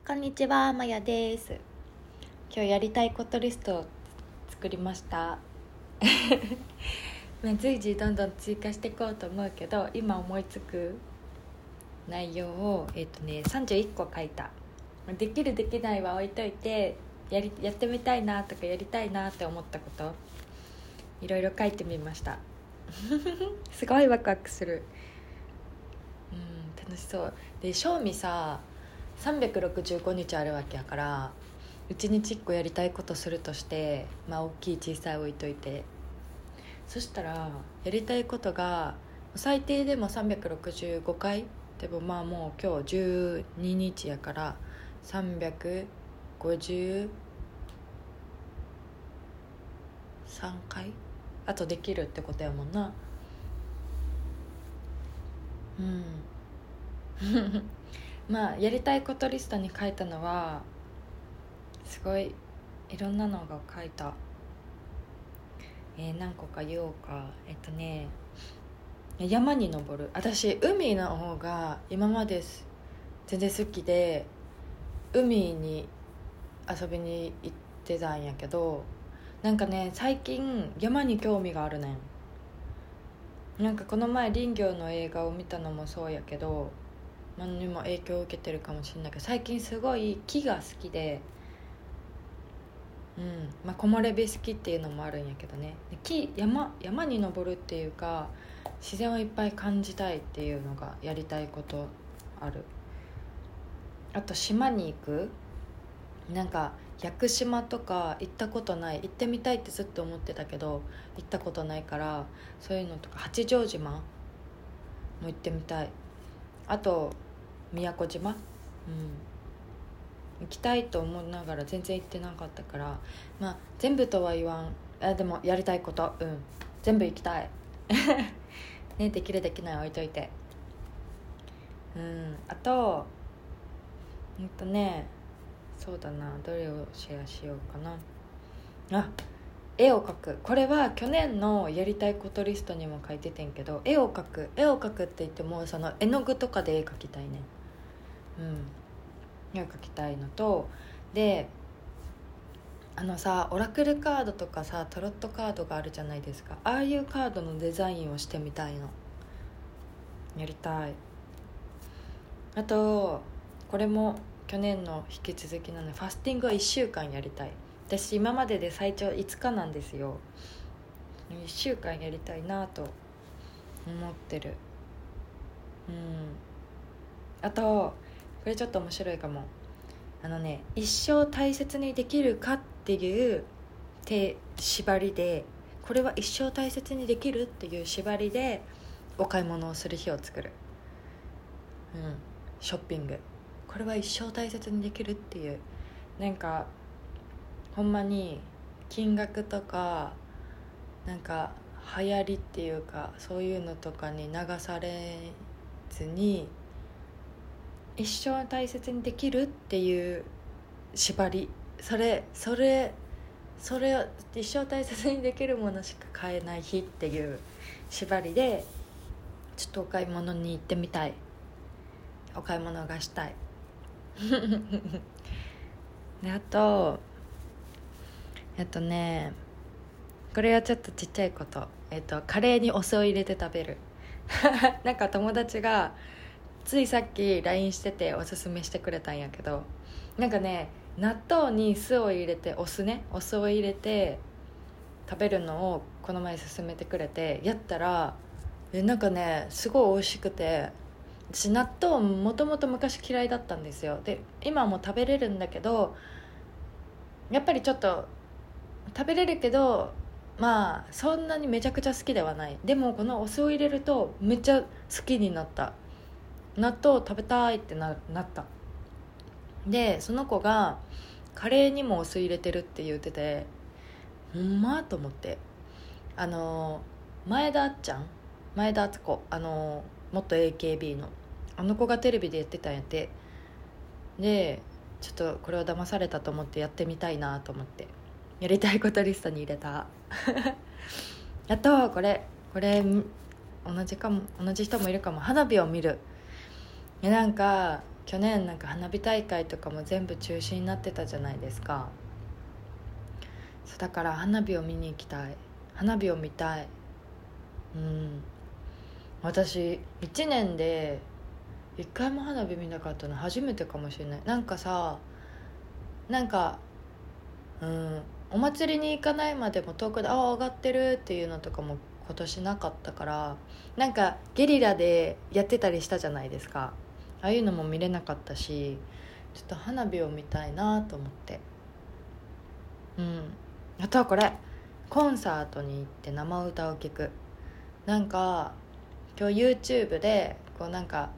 こんにちは、まやです。今日やりたいことリストを作りました随時どんどん追加していこうと思うけど、今思いつく内容を31個書いた。できるできないは置いといて、やってみたいなとかやりたいなって思ったこといろいろ書いてみましたすごいワクワクする。楽しそうで、賞味さ365日あるわけやから、1日1個やりたいことするとして、大きい小さい置いといて、そしたらやりたいことが最低でも365回でも、もう今日12日やから353回あとできるってことやもんな。やりたいことリストに書いたのはすごいいろんなのが書いた。何個か言おうか。山に登る。私海の方が今まで全然好きで、海に遊びに行ってたんやけど、最近山に興味があるねん。この前林業の映画を見たのもそうやけど、何にも影響を受けてるかもしれないけど、最近すごい木が好きで、木漏れ日好きっていうのもあるんやけどね、山に登るっていうか、自然をいっぱい感じたいっていうのがやりたいことある。あと島に行く。屋久島とか行ったことない、行ってみたいってずっと思ってたけど行ったことないから、そういうのとか八丈島も行ってみたい。あと宮古島、行きたいと思いながら全然行ってなかったから、全部とは言わん。でもやりたいこと、全部行きたいね、できるできない置いといて。あとそうだな、どれをシェアしようかな。絵を描く。これは去年のやりたいことリストにも書いててんけど、絵を描くって言っても、その絵の具とかで絵描きたいね。絵を描きたいのと、でオラクルカードとかタロットカードがあるじゃないですか。ああいうカードのデザインをしてみたいの。やりたい。あとこれも去年の引き続きなので、ファスティングを1週間やりたい。私今までで最長5日なんですよ。1週間やりたいなと思ってる。あとこれちょっと面白いかも。一生大切にできるかっていう縛りで、これは一生大切にできるっていう縛りでお買い物をする日を作る。ショッピング、これは一生大切にできるっていう、ほんまに金額とか流行りっていうか、そういうのとかに流されずに、一生大切にできるっていう縛り、それを一生大切にできるものしか買えない日っていう縛りで、ちょっとお買い物に行ってみたい。お買い物がしたいで、あとこれはちょっとちっちゃいこと、カレーにお酢を入れて食べる友達がついさっき LINE してておすすめしてくれたんやけど、納豆に酢を入れて、お酢を入れて食べるのをこの前勧めてくれて、やったらすごい美味しくて、私納豆もともと昔嫌いだったんですよ。で今も食べれるんだけど、やっぱりちょっと食べれるけど、そんなにめちゃくちゃ好きではない。でもこのお酢を入れるとめっちゃ好きになった。納豆食べたいって なった。でその子がカレーにもお酢入れてるって言ってて、ほんまと思って。前田敦子、元 AKB のあの子がテレビでやってたんやって。でちょっとこれを騙されたと思ってやってみたいなと思ってやりたいことリストに入れたあとこれ同じ人もいるかも。花火を見る。 去年なんか花火大会とかも全部中止になってたじゃないですか。そうだから花火を見に行きたい、花火を見たい。私1年で1回も花火見なかったの初めてかもしれない。なんかさ、なんかお祭りに行かないまでも遠くで上がってるっていうのとかも今年なかったから、なんかゲリラでやってたりしたじゃないですか。ああいうのも見れなかったし、ちょっと花火を見たいなと思って。あとはこれ、コンサートに行って生歌を聴く。なんか今日 YouTube でこうなんか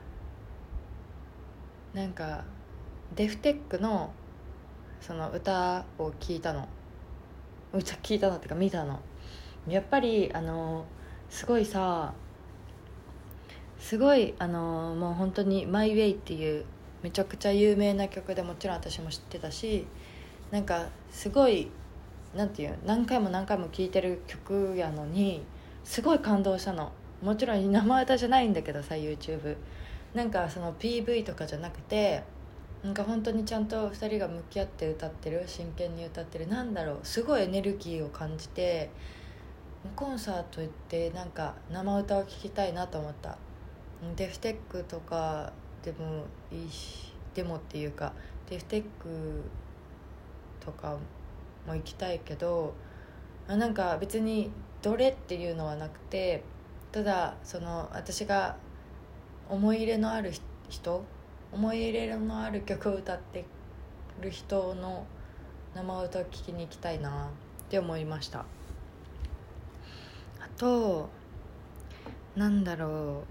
デフテックのその歌を聞いたのっていうか見たの。やっぱりすごいさ、すごいもう本当に「マイ・ウェイ」っていうめちゃくちゃ有名な曲で、もちろん私も知ってたし、なんかすごいなんていう、何回も何回も聴いてる曲やのにすごい感動したの。もちろん生歌じゃないんだけどさ、 YouTube なんかその PV とかじゃなくて、なんか本当にちゃんと2人が向き合って歌ってる、真剣に歌ってる、なんだろう、すごいエネルギーを感じて、コンサート行ってなんか生歌を聴きたいなと思った。デフテックとかでもいいし、でもっていうかデフテックとかも行きたいけど、なんか別にどれっていうのはなくて、ただその私が思い入れのある人、思い入れのある曲を歌ってる人の生歌を聴きに行きたいなって思いました。あとなんだろ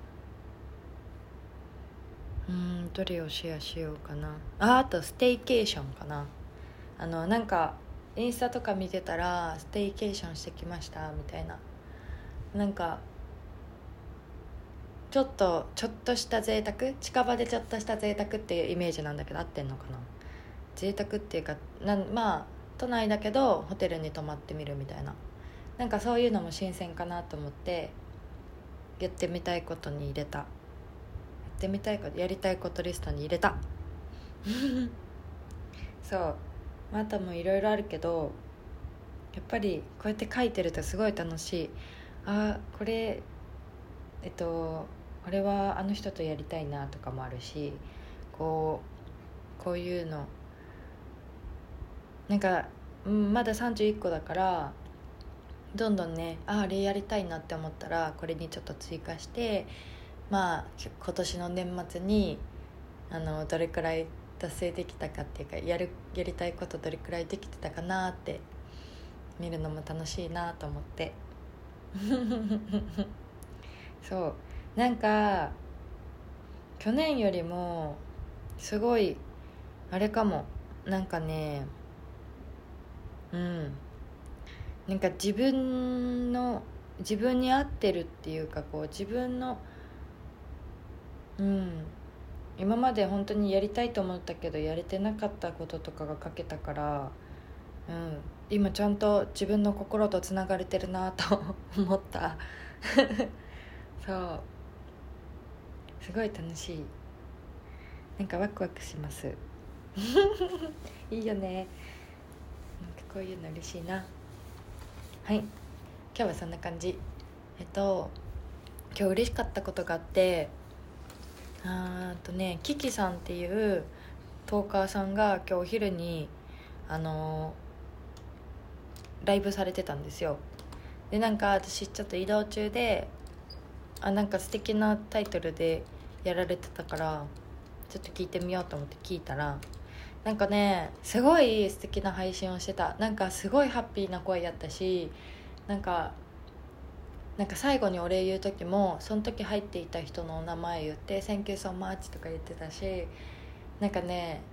う、どれをシェアしようかな。あとステイケーションかな。なんかインスタとか見てたらステイケーションしてきましたみたいな、なんかちょっとした贅沢、近場でちょっとした贅沢っていうイメージなんだけど、合ってんのかな。贅沢っていうかまあ都内だけどホテルに泊まってみるみたいな、なんかそういうのも新鮮かなと思ってやってみたいことに入れた。やりたいことリストに入れたそう、あともいろいろあるけど、やっぱりこうやって書いてるとすごい楽しい。これこれはあの人とやりたいなとかもあるし、こういうのなんか、まだ31個だからどんどんね、あれやりたいなって思ったらこれにちょっと追加して、まあ今年の年末にどれくらい達成できたかっていうか、やりたいことどれくらいできてたかなって見るのも楽しいなと思ってそう、なんか去年よりもすごいあれかも、なんかね、なんか自分に合ってるっていうか、こう自分の今まで本当にやりたいと思ったけどやれてなかったこととかが書けたから、今ちゃんと自分の心とつながれてるなと思ったそう、すごい楽しい。なんかワクワクしますいいよね、なんかこういうの嬉しいな。はい、今日はそんな感じ。今日嬉しかったことがあって、キキさんっていうトーカーさんが今日お昼にライブされてたんですよ。でなんか私ちょっと移動中でなんか素敵なタイトルでやられてたから、ちょっと聞いてみようと思って聞いたら、なんかねすごい素敵な配信をしてた。なんかすごいハッピーな声やったし、なんか最後にお礼言う時もその時入っていた人のお名前言って「Thank you so much」とか言ってたし、なんかね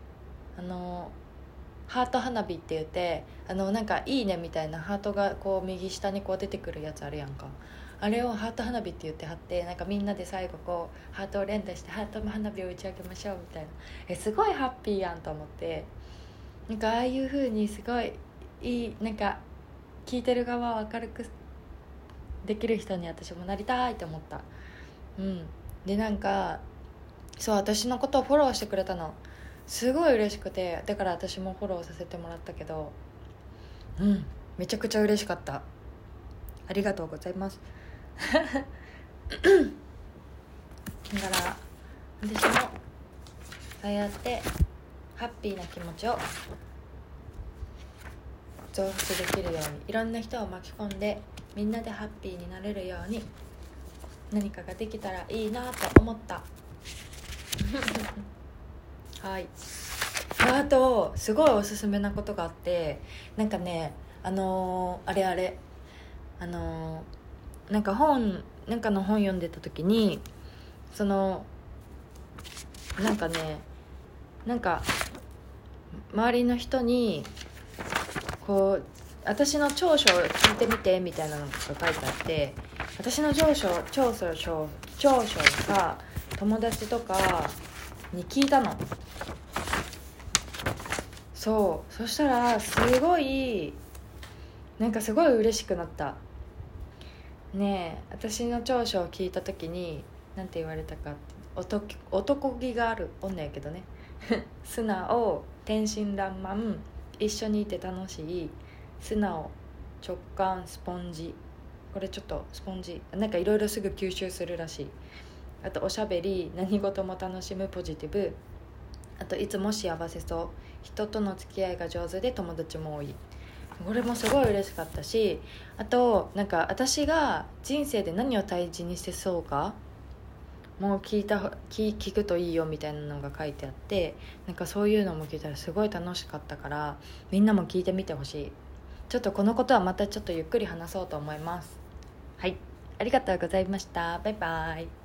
ハート花火って言ってなんかいいねみたいなハートがこう右下にこう出てくるやつあるやんか。あれをハート花火って言ってはって、なんかみんなで最後こうハートを連打してハート花火を打ち上げましょうみたいな、すごいハッピーやんと思って、なんかああいう風にすごいいい、なんか聞いてる側を明るくできる人に私もなりたいと思った。でなんかそう、私のことをフォローしてくれたの。すごい嬉しくて、だから私もフォローさせてもらったけど、めちゃくちゃ嬉しかった。ありがとうございます。だから私もそうやってハッピーな気持ちを増幅できるように、いろんな人を巻き込んでみんなでハッピーになれるように何かができたらいいなと思ったはい。あとすごいおすすめなことがあって、なんかね、あれなんかの本読んでた時に、そのなんかね、なんか周りの人にこう私の長所を聞いてみてみたいなのが書いてあって、私の長所をさ、友達とかに聞いたの。そしたらすごい嬉しくなったね。私の長所を聞いた時になんて言われたかって、男気がある女やけどね素直、天真爛漫、一緒にいて楽しい、素直、直感、スポンジ。これちょっとスポンジなんかいろいろすぐ吸収するらしい。あとおしゃべり、何事も楽しむ、ポジティブ。あといつも幸せそう、人との付き合いが上手で友達も多い。これもすごい嬉しかったし、あとなんか私が人生で何を大事にしてそうかもう聞くといいよみたいなのが書いてあって、なんかそういうのも聞いたらすごい楽しかったから、みんなも聞いてみてほしい。ちょっとこのことはまたちょっとゆっくり話そうと思います。はい、ありがとうございました。バイバイ。